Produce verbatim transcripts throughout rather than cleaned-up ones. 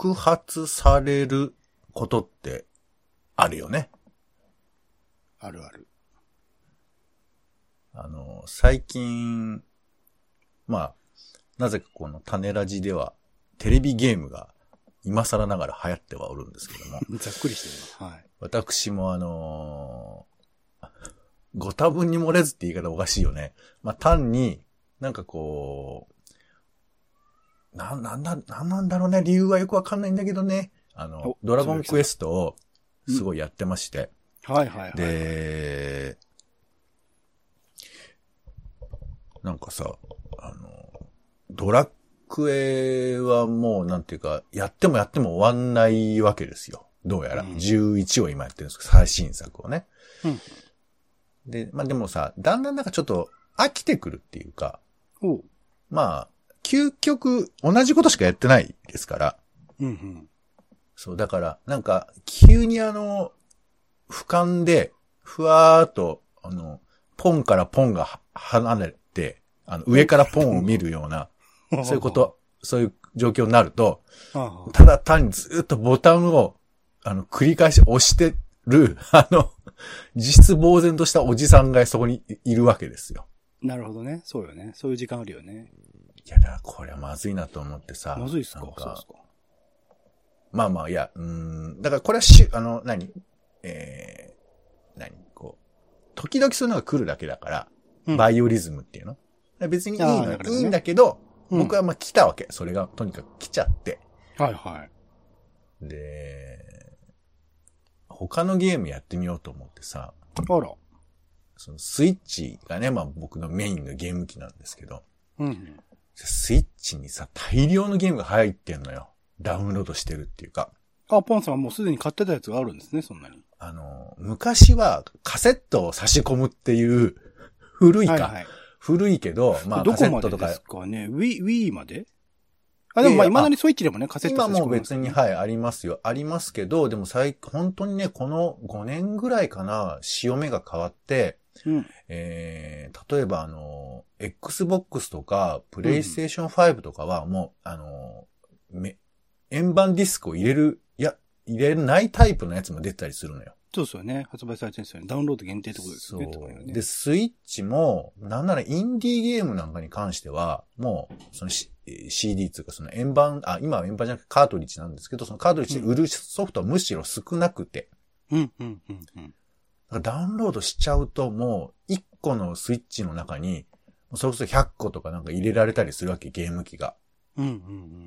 触発されることってあるよね。 あるある。 あの、最近、まあ、なぜかこの種ラジではテレビゲームが今更ながら流行ってはおるんですけども。 ざっくりしてるな。はい。 私もあのー、ご多分に漏れずって言い方おかしいよね。まあ、単になんかこう、な、なんだ、なんなんだろうね。理由はよくわかんないんだけどね。あの、ドラゴンクエストをすごいやってまして。 うん、はいはいはい。 で、なんかさ、あの、ドラクエはもうなんていうか、やってもやっても終わんないわけですよ。どうやら。うん、じゅういちを今やってるんですけど、最新作をね。うん、で、まあでもさ、だんだんなんかちょっと飽きてくるっていうか、 おまあ、究極同じことしかやってないですから。 うんうん、 そう、だから、なんか、急にあの、俯瞰で、ふわーっと、あの、ポンからポンが離れて、あの、上からポンを見るような、そういうこと、そういう状況になると、ただ単にずっとボタンを、あの、繰り返し押してる、あの、実質呆然としたおじさんがそこにいるわけですよ。 なるほどね。そうよね。そういう時間あるよね。 いや、だからこれはまずいなと思ってさ。 まずいっすか？そうですか。 まあまあ、いや、うーん、だからこれはし、あの、何えー、何こう、時々そういうのが来るだけだから、うん、バイオリズムっていうの別にいいの、ね、いいんだけど、うん、僕はまあ来たわけ。それがとにかく来ちゃって。 はいはい。 で、他のゲームやってみようと思ってさ。 あら。 そのスイッチがね、まあ僕のメインのゲーム機なんですけど。 うん。 スイッチにさ、大量のゲームが入ってんのよ。ダウンロードしてるっていうか。 あ、ポンさんはもうすでに買ってたやつがあるんですね、そんなに。 あの、昔はカセットを差し込むっていう、古いか。はいはい、古いけど、まあカセットとか。 どこまでですかね。Wii、Wii まであ、でもまあ未だにスイッチでもね、カセット差し込む、ね。 今も別に、はい、ありますよ。ありますけど、でも最、本当にね、このごねんぐらいかな、潮目が変わって、うん、えー、例えばあの、Xbox とか、PlayStation ファイブとかはもう、うん、あの、め、円盤ディスクを入れる、いや、入れないタイプのやつも出たりするのよ。 そうですよね。発売されてるんですよね。ダウンロード限定ってことですよね。 そう。で、スイッチも、なんならインディーゲームなんかに関しては、もう、その シーディー つうかその円盤、あ、今は円盤じゃなくてカートリッジなんですけど、そのカートリッジで売るソフトはむしろ少なくて。 うん、うん、うん、うん。 だからダウンロードしちゃうともう、いっこのスイッチの中に、それこそひゃっことかなんか入れられたりするわけ、ゲーム機が。 うん、うん、うん。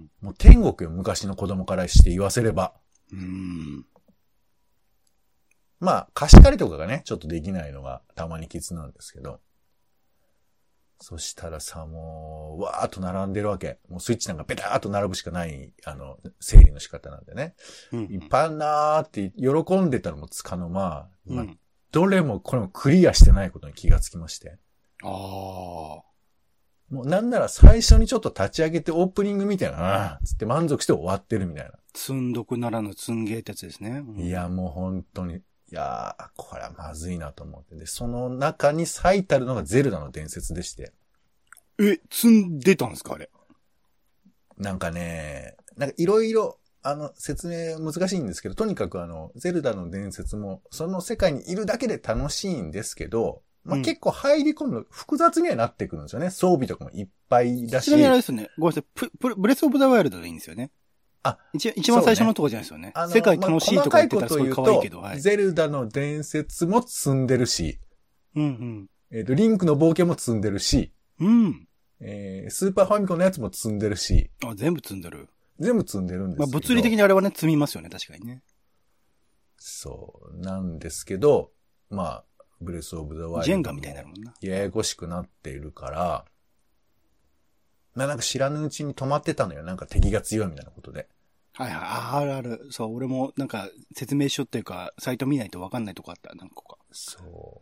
もう天国よ、昔の子供からして言わせれば。 うーん。 まあ、貸し借りとかがね、ちょっとできないのがたまにきつなんですけど。そしたらさ、もう、わーっと並んでるわけ。もうスイッチなんかペターっと並ぶしかない、あの、整理の仕方なんでね。うんうん、いっぱいあんなーって喜んでたのもつかの間、まあ、うん、どれもこれもクリアしてないことに気がつきまして。 ああ。もうなんなら最初にちょっと立ち上げてオープニングみたいな、つって満足して終わってるみたいな。 積んどくならぬ積んゲーってやつですね。 うん、いや、もう本当に。いやー、これはまずいなと思って。で、その中に最たるのがゼルダの伝説でして。 え、積んでたんですかあれ。 なんかね、なんかいろいろ、あの、説明難しいんですけど、とにかくあの、ゼルダの伝説も、その世界にいるだけで楽しいんですけど、まあ、うん、結構入り込む複雑にはなってくるんですよね。装備とかもいっぱいだし。 ちなみにあれですね。ごめんなさい。プ、プ、ブレスオブザワイルドでいいんですよね。 あ、 一, 一番最初のとこじゃないですよね。ね世界楽しいとか言ってたらすごい可愛いけど、はい。 ゼルダの伝説も積んでるし、 うんうん。 えっと、リンクの冒険も積んでるし、 うん。 えー、スーパーファミコンのやつも積んでるし。 あ、全部積んでる。 全部積んでるんですけど。 まあ物理的にあれはね、積みますよね、確かにね。 そう、なんですけど、まあ、ブレスオブザワイルド。 ジェンガみたいになるもんな。 ややこしくなっているから、まあなんか知らぬうちに止まってたのよ。なんか敵が強いみたいなことで。 はいはい。あるある。そう、俺もなんか説明書っていうか、サイト見ないと分かんないとこあった、何個か。 そう。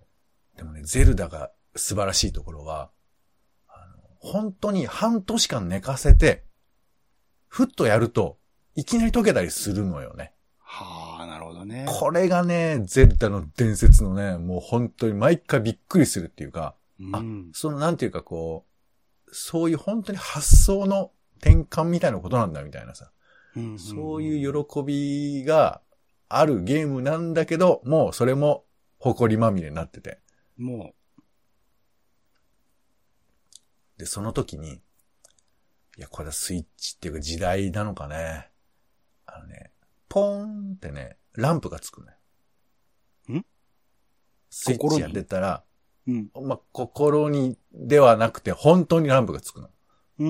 でもね、ゼルダが素晴らしいところは、あの本当に半年間寝かせて、ふっとやると、いきなり解けたりするのよね。 はあ、なるほどね。 これがね、ゼルダの伝説のね、もう本当に毎回びっくりするっていうか、うん、あ、そのなんていうかこう、そういう本当に発想の転換みたいなことなんだみたいなさ。 うんうんうん、 そういう喜びがあるゲームなんだけど、もうそれも埃まみれになってて。 もう。 で、その時に、いや、これはスイッチっていうか時代なのかね。あのね、ポーンってね、ランプがつくのよ。 ん？ スイッチが出たら、 うん。 まあ、心にではなくて本当にランプがつくの。 うん。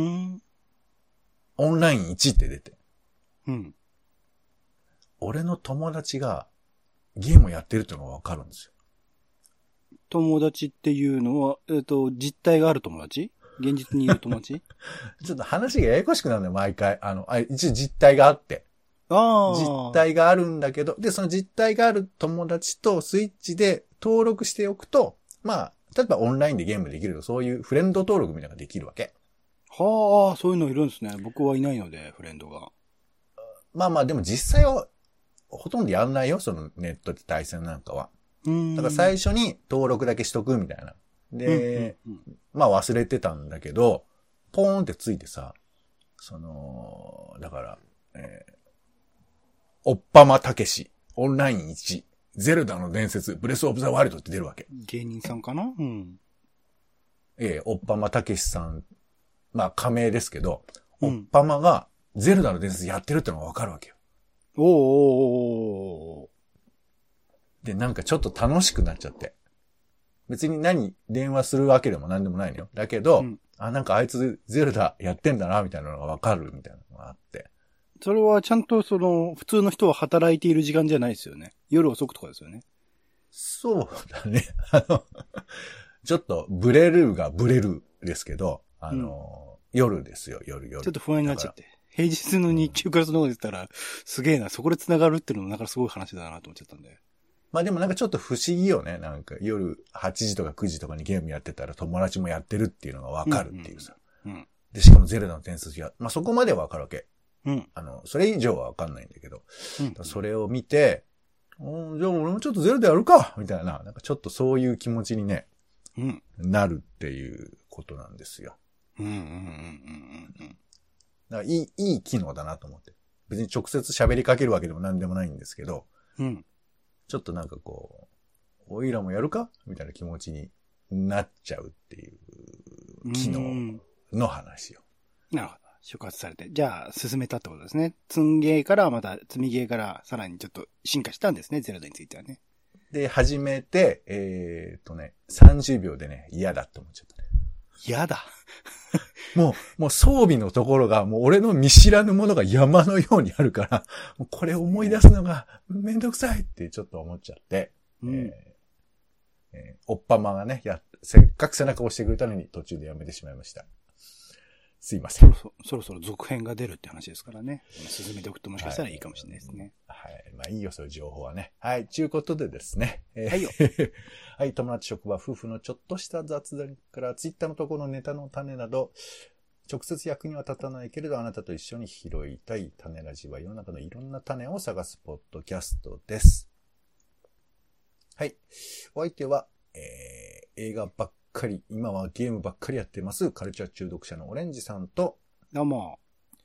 オンラインいちって出て。 うん。 俺の友達がゲームをやってるっていうのがわかるんですよ。 友達っていうのは、えっと、実体がある友達？現実にいる友達？ ちょっと話がややこしくなるんだよ、毎回。あの、あ一応実体があって。 ああ。 実体があるんだけど、で、その実体がある友達とスイッチで登録しておくと、まあ、例えばオンラインでゲームできると、そういうフレンド登録みたいなのができるわけ。 はあ、そういうのいるんですね。僕はいないので、フレンドが。 まあまあ、でも実際は、ほとんどやんないよ、そのネットで対戦なんかは。 うんだから最初に登録だけしとくみたいな。で、 うんうんうん、 まあ忘れてたんだけど、ポーンってついてさ、その、だから、えー、おっぱまたけし、オンラインいち、ゼルダの伝説、ブレスオブザワイルドって出るわけ。 芸人さんかな？うん。 ええ、おっぱまたけしさん、まあ仮名ですけど、 うん、 おっぱまがゼルダの伝説やってるってのがわかるわけよ。 おーおーおーおーで、なんかちょっと楽しくなっちゃって。別に何、電話するわけでも何でもないのよ。だけど、うん、あ、なんかあいつゼルダやってんだな、みたいなのがわかるみたいなのがあって。 それはちゃんとその、普通の人は働いている時間じゃないですよね。夜遅くとかですよね。 そうだね。あの、ちょっとブレるがブレるですけど、あの、うん、夜ですよ、夜、夜。 ちょっと不安になっちゃって。平日の日中からそのこと言ったら、すげえな、そこで繋がるっていうのもなんかすごい話だなと思っちゃったんで。 まあでもなんかちょっと不思議よね。なんか夜はちじとかくじとかにゲームやってたら友達もやってるっていうのがわかるっていうさ。 うんうんうん、 で、しかもゼルダの点数が、まあそこまではわかるわけ。 うん。 あの、それ以上はわかんないんだけど。 うん、 それを見て、うん、じゃあ俺もちょっとゼルダやるかみたいな、なんかちょっとそういう気持ちにね、 うん、 なるっていうことなんですよ。 うんうんうんうんうん。 だからいい、いい機能だなと思って。別に直接喋りかけるわけでも何でもないんですけど、 うん、 ちょっとなんかこう、おいらもやるかみたいな気持ちになっちゃうっていう機能の話よ。 なるほど。触発されて。じゃあ、進めたってことですね。積んゲーからまた、積みゲーからさらにちょっと進化したんですね、ゼルダについてはね。 で、始めて、えー、っとね、さんじゅうびょうでね、嫌だって思っちゃったね。 嫌だ。 もう、もう装備のところが、もう俺の見知らぬものが山のようにあるから、もうこれ思い出すのがめんどくさいってちょっと思っちゃって、うん、えーえー、おっぱまがね、や、せっかく背中を押してくれたのに途中でやめてしまいました。すいません。 そろそろ、そろそろ続編が出るって話ですからね。進めておくともしかしたらいいかもしれないですね。 はい。はい、まあいいよ、そういう情報はね。はい。ということでですね。えー、 はいよ。 はい。友達職場、夫婦のちょっとした雑談からツイッターのところのネタの種など、直接役には立たないけれどあなたと一緒に拾いたい種ラジは世の中のいろんな種を探すポッドキャストです。はい。お相手は、えー、映画ばっかり、今はゲームばっかりやってます、カルチャー中毒者のオレンジさんと、 どうも。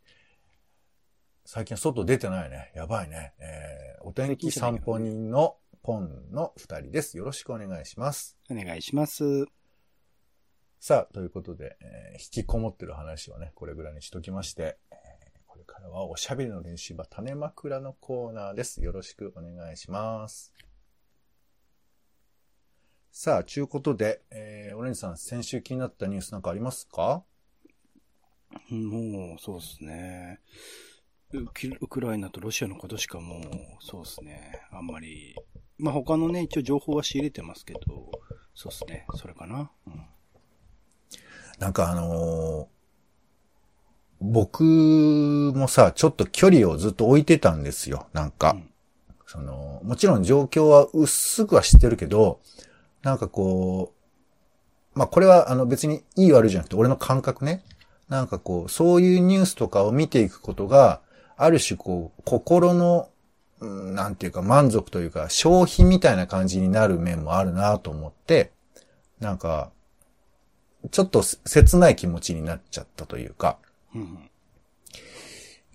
最近外出てないね。やばいね。えー、お天気散歩人のポンの二人です。よろしくお願いします。 お願いします。 さあ、ということで、えー、引きこもってる話はね、これぐらいにしときまして、えー、これからはおしゃべりの練習場、種枕のコーナーです。よろしくお願いします。さあ、ちゅうことで、えー、オレンジさん、先週気になったニュースなんかありますか？ もう、そうですね。ウクライナとロシアのことしかもう、そうですね。あんまり、まあ他のね、一応情報は仕入れてますけど、そうですね。それかな。うん、 なんかあのー、僕もさ、ちょっと距離をずっと置いてたんですよ。なんか、うん、その、もちろん状況は薄くは知ってるけど、なんかこう、まあこれはあの別にいい悪いじゃなくて俺の感覚ね。なんかこう、そういうニュースとかを見ていくことが、ある種こう、心の、なんていうか満足というか、消費みたいな感じになる面もあるなと思って、なんか、ちょっと切ない気持ちになっちゃったというか、 うん、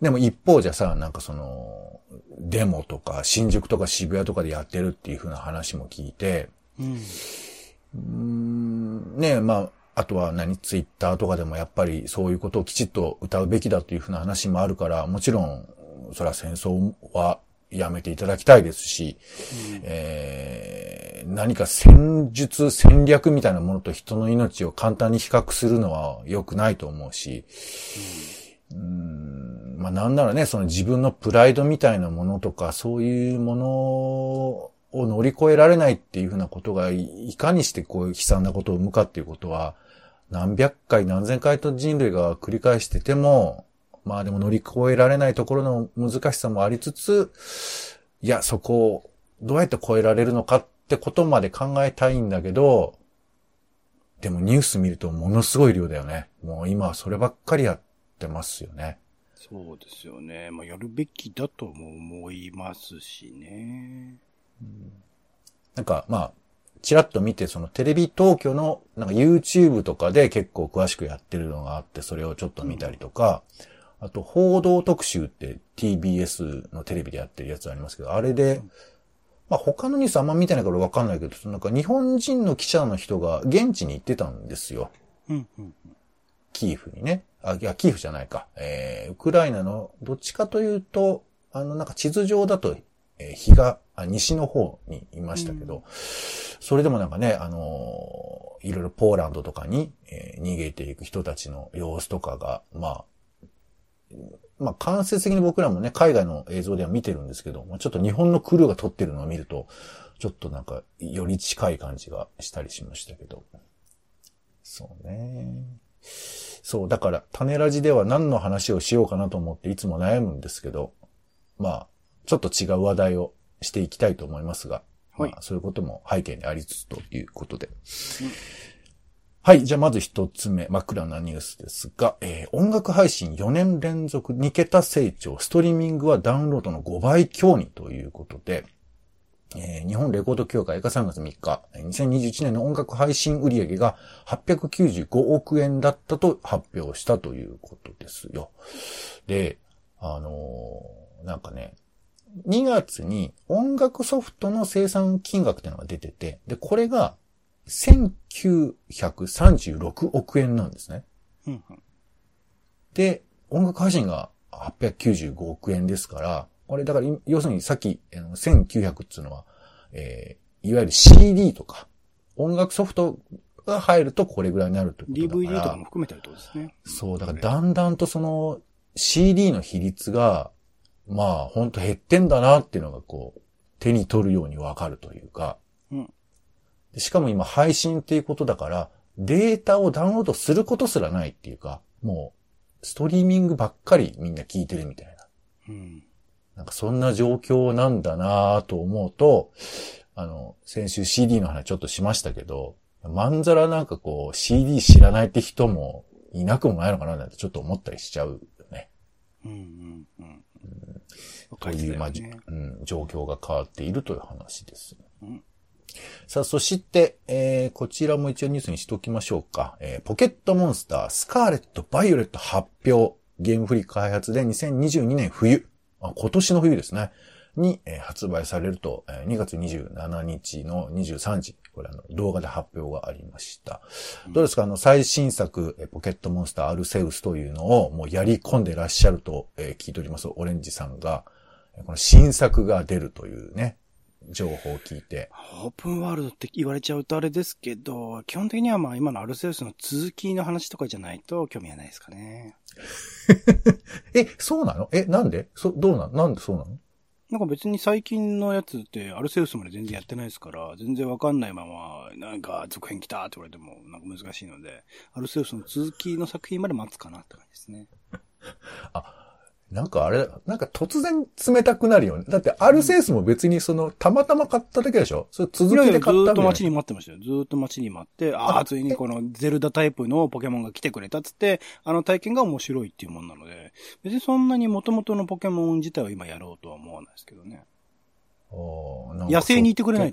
でも一方じゃさ、なんかその、デモとか新宿とか渋谷とかでやってるっていう風な話も聞いて、うん、うーんねえ、まあ、あとは何、ツイッターとかでもやっぱりそういうことをきちっと歌うべきだという風な話もあるから、もちろん、それは戦争はやめていただきたいですし、うん、えー、何か戦術、戦略みたいなものと人の命を簡単に比較するのは良くないと思うし、うん、うーんまあなんならね、その自分のプライドみたいなものとか、そういうものを乗り越えられないっていうふうなことが、いかにしてこういう悲惨なことを生むかっていうことは、何百回何千回と人類が繰り返してても、まあでも乗り越えられないところの難しさもありつつ、いや、そこをどうやって超えられるのかってことまで考えたいんだけど、でもニュース見るとものすごい量だよね。もう今はそればっかりやってますよね。 そうですよね。まあやるべきだとも思いますしね。 うん、なんかまあ、ちらっと見て、そのテレビ東京のなんか YouTube とかで結構詳しくやってるのがあって、それをちょっと見たりとか、うん、あと報道特集って ティービーエス のテレビでやってるやつありますけど、あれで、うん、まあ他のニュースあんま見てないからわかんないけど、なんか日本人の記者の人が現地に行ってたんですよ。 うんうん、 キーフにね。あ、いや、キーフじゃないか。えー、ウクライナのどっちかというと、あのなんか地図上だと、えー、日が、あ、西の方にいましたけど、うん、それでもなんかね、あのー、いろいろポーランドとかに、えー、逃げていく人たちの様子とかが、まあ、まあ間接的に僕らもね、海外の映像では見てるんですけど、ちょっと日本のクルーが撮ってるのを見ると、ちょっとなんか、より近い感じがしたりしましたけど。そうね。そう、だから、種ラジでは何の話をしようかなと思っていつも悩むんですけど、まあ、ちょっと違う話題をしていきたいと思いますが、はい、まあ、そういうことも背景にありつつということで。うん、はい、じゃあまず一つ目、真っ暗なニュースですが、えー、音楽配信よねん連続に桁成長、ストリーミングはダウンロードのごばい強にということで、えー、日本レコード協会がさんがつみっか、にせんにじゅういちねんの音楽配信売上がはっぴゃくきゅうじゅうごおくえんだったと発表したということですよ。で、あのー、なんかね、にがつに音楽ソフトの生産金額っていうのが出てて、で、これがせんきゅうひゃくさんじゅうろくおくえんなんですね。 うんうん、 で、音楽配信がはっぴゃくきゅうじゅうごおくえんですから、これだから要するにさっきせんきゅうひゃくっていうのは、えー、いわゆる シーディー とか音楽ソフトが入るとこれぐらいになるってことだから。 ディーブイディー とかも含めてるってことですね。 そう、だからだんだんとその シーディー の比率がまあほんと減ってんだなっていうのがこう手に取るようにわかるというか、 うん、 でしかも今配信っていうことだからデータをダウンロードすることすらないっていうか、もうストリーミングばっかりみんな聞いてるみたいな。 うん、 なんかそんな状況なんだなぁと思うと、あの、先週 シーディー の話ちょっとしましたけど、まんざらなんかこう シーディー 知らないって人もいなくもないのかななんてちょっと思ったりしちゃうよね。 うんうんうん。うん、 という、まあ、うん、状況が変わっているという話です。 うん、 さあ、そして、えー、こちらも一応ニュースにしておきましょうか。えー、ポケットモンスター、スカーレット・バイオレット発表。ゲームフリー開発でにせんにじゅうにねん冬。あ、今年の冬ですね。に、えー、発売されると、えー、にがつにじゅうしちにちのにじゅうさんじ。これあの、動画で発表がありました。うん、どうですかあの、最新作、えー、ポケットモンスターアルセウスというのをもうやり込んでらっしゃると、えー、聞いております。オレンジさんが、この新作が出るというね、情報を聞いて。 オープンワールドって言われちゃうとあれですけど、基本的にはまあ今のアルセウスの続きの話とかじゃないと興味はないですかね。 え、そうなの？え、なんで？そ、どうなの？なんでそうなの？ なんか別に最近のやつってアルセウスまで全然やってないですから、全然わかんないまま、なんか続編来たって言われてもなんか難しいので、アルセウスの続きの作品まで待つかなって感じですね。 あ、なんかあれ、なんか突然冷たくなるよね。だってアルセウスも別にその、たまたま買っただけでしょ？それ続きで買ったんだよね。 ずーっと待ちに待ってましたよ。ずーっと待ちに待って、ああ、ついにこのゼルダタイプのポケモンが来てくれたっつって、あの体験が面白いっていうもんなので、別にそんなに元々のポケモン自体を今やろうとは思わないですけどね。 あ、 野生にいてくれないと。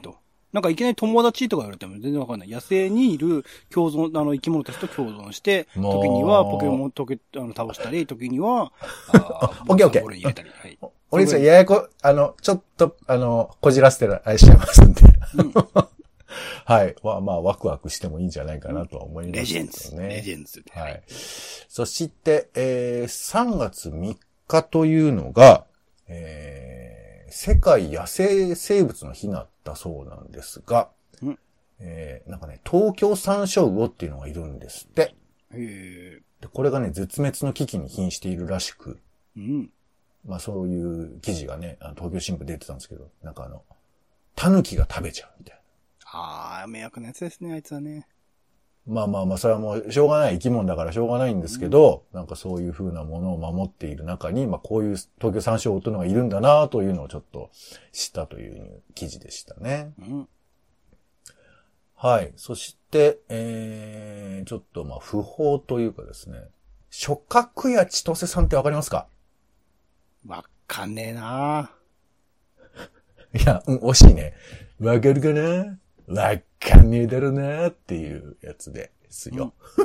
なんかいきなり友達とか言われても全然わかんない。野生にいる共存、あの生き物たちと共存して、時にはポケモンとけ、あの、倒したり、時には、 あ、オッケーオッケー。 ボールに入れたり。はい。 お兄さん、ややこ、あの、ちょっと、あの、こじらせてらっしゃいますんで。うん、はい。まあ、まあ、ワクワクしてもいいんじゃないかなとは思いますけどね。レジェンズ。 レジェンズ。 はい。そして、えー、さんがつみっかというのが、えー、世界野生生物の日になったそうなんですが、うん、えー、なんかね、東京サンショウウオっていうのがいるんですって。へー。で、これがね、絶滅の危機に瀕しているらしく、うん、まあそういう記事がね、あの東京新聞出てたんですけど、なんかあの、タヌキが食べちゃうみたいな。 ああ、迷惑なやつですね、あいつはね。 まあまあまあ、それはもうしょうがない生き物だからしょうがないんですけど、うん、なんかそういう風なものを守っている中に、まあこういう東京サンショウウオというのがいるんだなというのをちょっと知ったという記事でしたね。うん、はい。そして、えー、ちょっとまあ不法というかですね、諸角谷千歳さんってわかりますか？ わかんねえないや、うん、惜しいね。わかるかな？わかんねえだろうなっていうやつですよ。うん、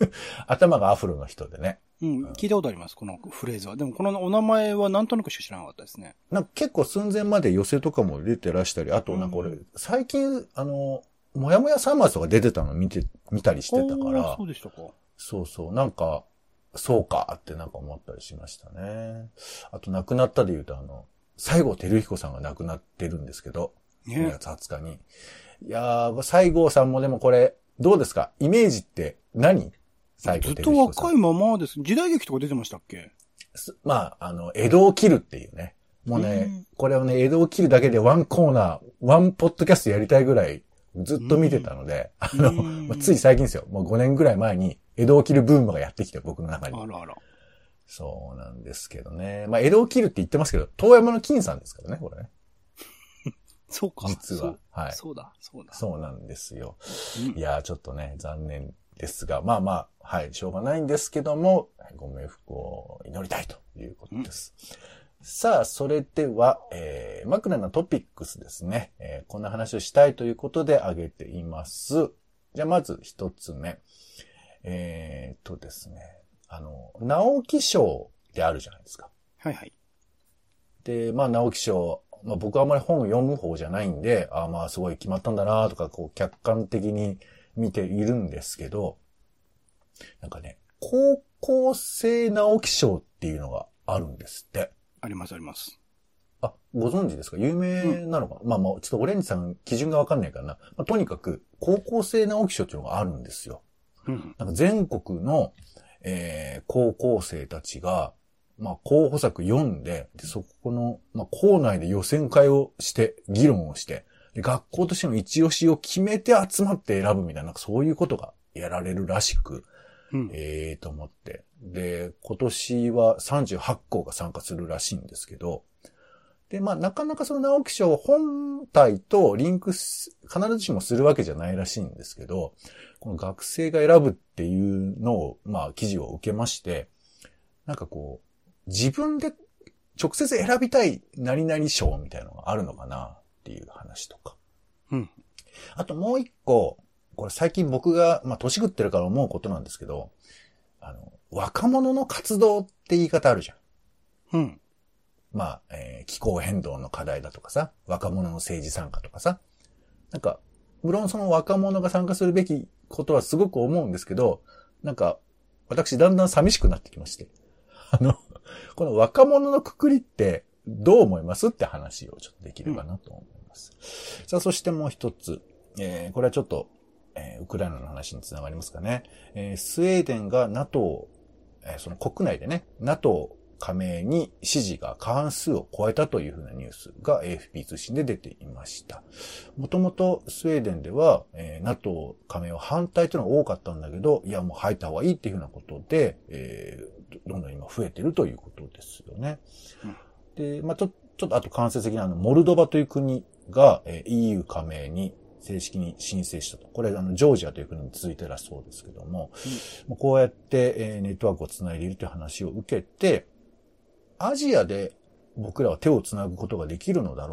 頭がアフロの人でね。 うん、聞いたことあります、このフレーズは。でもこのお名前はなんとなくしか知らなかったですね。 なんか結構寸前まで寄せとかも出てらしたり、あとなんか俺、うん、最近、あの、もやもやサマーズとか出てたの見て、見たりしてたから。 そうでしたか。 そうそう。なんか、そうかってなんか思ったりしましたね。あと亡くなったで言うとあの、西郷輝彦さんが亡くなってるんですけど、ね、にがつはつかに。いやー、西郷さんもでもこれ、どうですか？イメージって何？西郷輝彦さん。 ずっと若いままです。時代劇とか出てましたっけ？ まあ、あの、江戸を切るっていうね。もうね、うこれをね、江戸を切るだけでワンコーナー、ワンポッドキャストやりたいぐらい、ずっと見てたので、あの、まあ、つい最近ですよ。もうごねんぐらい前に、江戸を切るブームがやってきて、僕の中に。 あらあら。 そうなんですけどね。まあ、江戸を切るって言ってますけど、遠山の金さんですからね、これね。 そうか。 実は。はい。 そうだ、そうだ。 そうなんですよ。うん、いやー、ちょっとね、残念ですが、まあまあ、はい、しょうがないんですけども、ご冥福を祈りたいということです。うん、さあ、それでは、えー、枕のトピックスですね。えー、こんな話をしたいということで挙げています。じゃあ、まず一つ目。えーっとですね。あの、直木賞ってあるじゃないですか。 はいはい。 で、まあ、直木賞、まあ僕はあまり本を読む方じゃないんで、ああまあすごい決まったんだなとか、こう客観的に見ているんですけど、なんかね、高校生直木賞っていうのがあるんですって。 ありますあります。 あ、ご存知ですか？有名なのかな、うん、まあまあ、ちょっとオレンジさん基準がわかんないからな。まあ、とにかく、高校生直木賞っていうのがあるんですよ。うん、なんか全国の、えー、高校生たちが、まあ、候補作読んで、で、そこの、まあ、校内で予選会をして、議論をして、で、学校としての一押しを決めて集まって選ぶみたいな、なんかそういうことがやられるらしく、うん、ええーと思って。で、今年はさんじゅうはちこうが参加するらしいんですけど、で、まあ、なかなかその直木賞本体とリンク必ずしもするわけじゃないらしいんですけど、この学生が選ぶっていうのを、まあ、記事を受けまして、なんかこう、自分で直接選びたい何々賞みたいなのがあるのかなっていう話とか。うん。あともう一個、これ最近僕が、まあ年食ってるから思うことなんですけど、あの、若者の活動って言い方あるじゃん。うん。まあ、えー、気候変動の課題だとかさ、若者の政治参加とかさ。なんか、無論その若者が参加するべきことはすごく思うんですけど、なんか、私だんだん寂しくなってきまして。あの、この若者のくくりってどう思いますって話をちょっとできればなと思います。うん、さあ、そしてもう一つ。えー、これはちょっと、えー、ウクライナの話につながりますかね。えー、スウェーデンが NATO、えー、その国内でね、NATO 加盟に支持が過半数を超えたというふうなニュースが エーエフピー 通信で出ていました。もともとスウェーデンでは、えー、NATO 加盟を反対というのが多かったんだけど、いやもう入った方がいいっていうふうなことで、えーどんどん今増えているということですよね。うん、で、まあちょ、ちょっとあと間接的なあの、モルドバという国が、えー、イーユー 加盟に正式に申請したと。これあの、ジョージアという国に続いてらそうですけども、うん、こうやって、えー、ネットワークをつないでいるという話を受けて、アジアで僕らは手をつなぐことができるのだろうか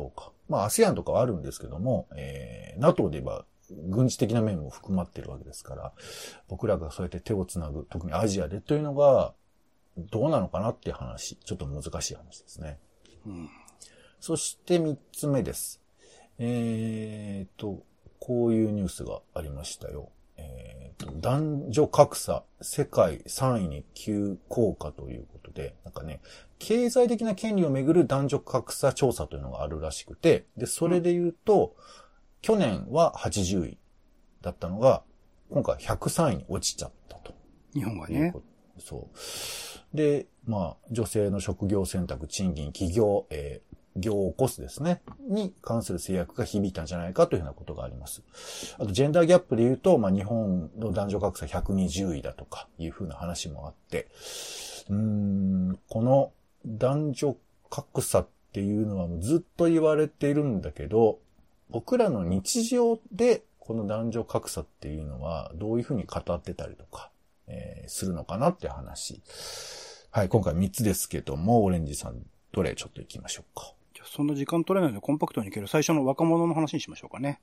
まあ アセアン とかはあるんですけども、えー、NATO で言えば軍事的な面も含まっているわけですから、僕らがそうやって手をつなぐ、特にアジアでというのが、どうなのかなっていう話、ちょっと難しい話ですね。 うん、 そして三つ目です。えーと、こういうニュースがありましたよ。えーと、男女格差、世界さんいに急降下ということで、なんかね、経済的な権利をめぐる男女格差調査というのがあるらしくて、で、それで言うと、うん、去年ははちじゅういだったのが、今回ひゃくさんいに落ちちゃったと。 日本がね。 そう。で、まあ、女性の職業選択、賃金、企業、えー、業を起こすですね、に関する制約が響いたんじゃないかというようなことがあります。あと、ジェンダーギャップで言うと、まあ、日本の男女格差ひゃくにじゅういだとかいうふうな話もあって、うーん、この男女格差っていうのはずっと言われているんだけど、僕らの日常でこの男女格差っていうのはどういうふうに語ってたりとか、えー、するのかなって話。はい、今回みっつですけども、オレンジさん、どれちょっと行きましょうか。 じゃあそんな時間取れないのでコンパクトにいける最初の若者の話にしましょうかね。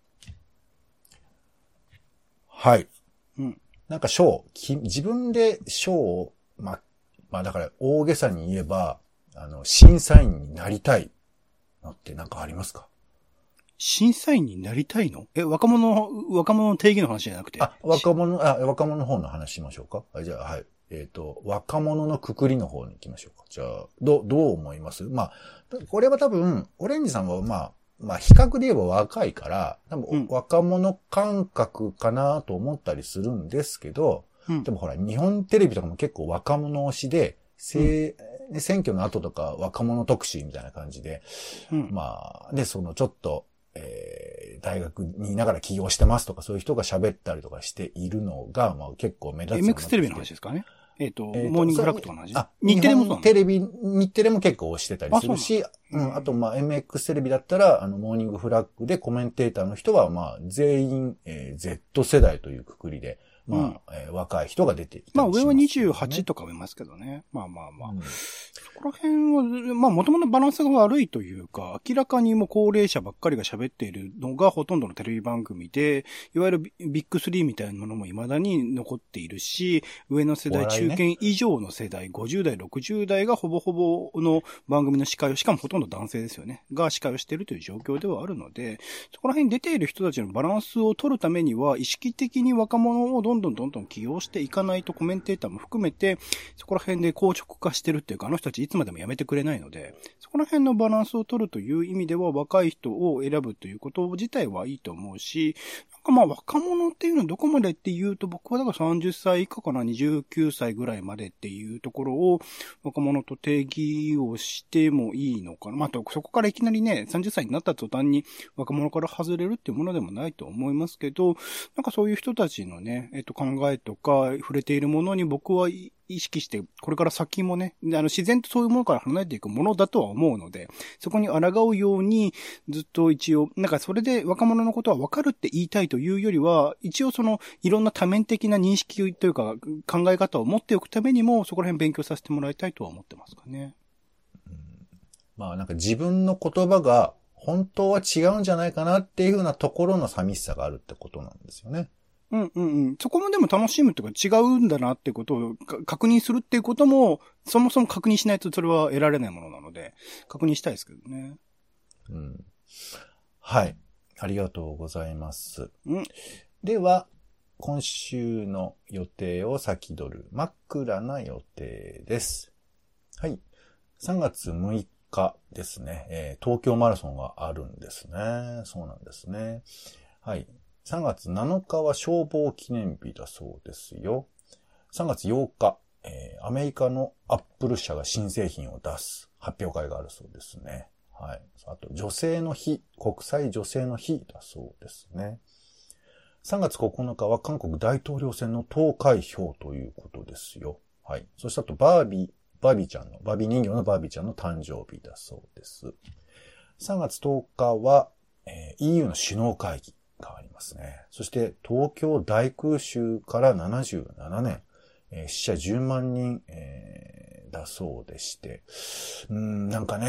はい。 うん。 なんか賞、自分で賞を、まあ、まあだから大げさに言えば、あの、審査員になりたいのってなんかありますか？ 審査員になりたいの？え、若者、若者の定義の話じゃなくて。 あ、若者、あ、若者の方の話しましょうか。あ、じゃあ、はい。えっと、若者のくくりの方に行きましょうか。じゃあ、ど、どう思います？まあ、これは多分、オレンジさんはまあ、まあ、比較で言えば若いから、多分、若者感覚かなと思ったりするんですけど、うん、でもほら、日本テレビとかも結構若者推しで、せうん、選挙の後とか若者特集みたいな感じで、うん、まあ、で、そのちょっと、えー、大学にいながら起業してますとかそういう人が喋ったりとかしているのが、まあ結構目立つ。 エムエックス テレビの話ですかね。えっ、ー、と、えー、モーニングフラッグとかの話。 あ、日テレもそうなの？テレビ、日テレも結構推してたりするし、あ、うん、あとまあ エムエックス テレビだったら、あの、モーニングフラッグでコメンテーターの人はまあ全員、えー、Z 世代というくくりで、まあ、うんえー、若い人が出ていたりします、ね。 まあ上はにじゅうはちとか見ますけどね。まあまあまあ。うん、そこら辺は、まあもともとバランスが悪いというか、明らかにもう高齢者ばっかりが喋っているのがほとんどのテレビ番組で、いわゆるビッグスリーみたいなものも未だに残っているし、上の世代、中堅以上の世代、ごじゅう代、ろくじゅう代がほぼほぼの番組の司会を、しかもほとんど男性ですよね。が司会をしているという状況ではあるので、そこら辺に出ている人たちのバランスを取るためには、意識的に若者をどんどんどんどん起用していかないとコメンテーターも含めて、そこら辺で硬直化してるっていうか、あの人たちいつまでもやめてくれないので、そこら辺のバランスを取るという意味では若い人を選ぶということ自体はいいと思うし、なんかまあ若者っていうのはどこまでっていうと、僕はだからさんじゅっさい以下かな、にじゅうきゅうさいぐらいまでっていうところを若者と定義をしてもいいのかな。まあ、そこからいきなりね、さんじゅっさいになった途端に若者から外れるっていうものでもないと思いますけど、なんかそういう人たちのね、えっと考えとか触れているものに僕は意識して、これから先もね、あの自然とそういうものから離れていくものだとは思うので、そこに抗うようにずっと一応、なんかそれで若者のことは分かるって言いたいというよりは、一応そのいろんな多面的な認識というか考え方を持っておくためにも、そこら辺勉強させてもらいたいとは思ってますかね。 うん、まあなんか自分の言葉が本当は違うんじゃないかなっていうふうなところの寂しさがあるってことなんですよね。 うんうんうん。そこもでも楽しむというか違うんだなってことを確認するっていうことも、そもそも確認しないとそれは得られないものなので、確認したいですけどね。 うん。はい。ありがとうございます。 うん。 では、今週の予定を先取る真っ暗な予定です。はい。さんがつむいかですね、えー、東京マラソンがあるんですね。そうなんですね。はい。さんがつなのかは消防記念日だそうですよ。さんがつようか、えー、アメリカのアップル社が新製品を出す発表会があるそうですね。はい。あと、女性の日、国際女性の日だそうですね。さんがつここのかは韓国大統領選の投開票ということですよ。はい。そしてあと、バービー、バービーちゃんの、バービー人形のバービーちゃんの誕生日だそうです。さんがつとおかは、えー、イーユー の首脳会議。変わりますね。そして東京大空襲からななじゅうななねん、えー、死者じゅうまんにん、えー、だそうでして、うーんなんかね、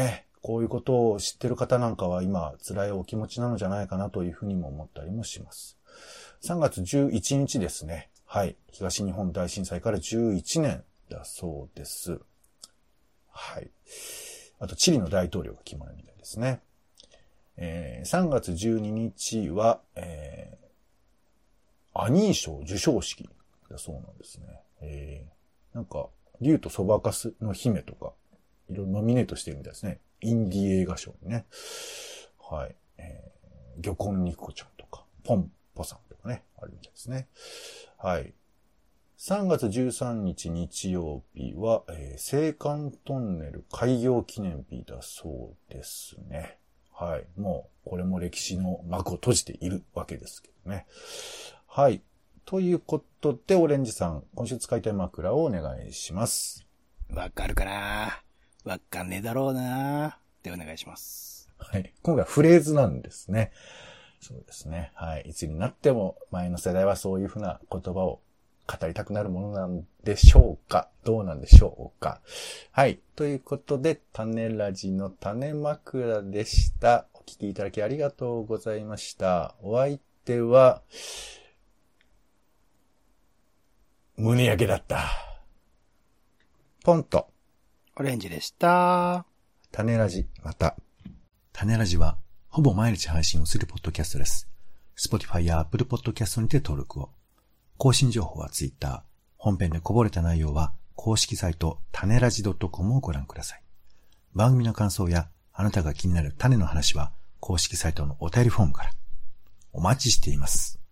こういうことを知ってる方なんかは今辛いお気持ちなのじゃないかなというふうにも思ったりもします。さんがつじゅういちにちですね。はい。東日本大震災からじゅういちねんだそうです。はい。あと、チリの大統領が決まるみたいですね。えー、さんがつじゅうににちは、えー、アニー賞授賞式だそうなんですね。えー、なんか、竜とそばかすの姫とか、いろいろノミネートしてるみたいですね。インディ映画賞にね。はい。えー、漁根肉子ちゃんとか、ポンポさんとかね、あるみたいですね。はい。さんがつじゅうさんにち日曜日は、えー、青函トンネル開業記念日だそうですね。はい。もう、これも歴史の幕を閉じているわけですけどね。はい。ということで、オレンジさん、今週使いたい枕をお願いします。 わかるかな？わかんねえだろうなでお願いします。 はい。今回はフレーズなんですね。そうですね。はい。いつになっても前の世代はそういうふうな言葉を語りたくなるものなんでしょうか？どうなんでしょうか？はい。ということで、種ラジの種枕でした。お聞きいただきありがとうございました。お相手は、胸焼けだった。ポンと。 オレンジでした。 種ラジ、また。種ラジは、ほぼ毎日配信をするポッドキャストです。Spotify や Apple Podcast にて登録を。更新情報は Twitter。本編でこぼれた内容は、公式サイト、種ラジ .com をご覧ください。番組の感想や、あなたが気になる種の話は、公式サイトのお便りフォームから。お待ちしています。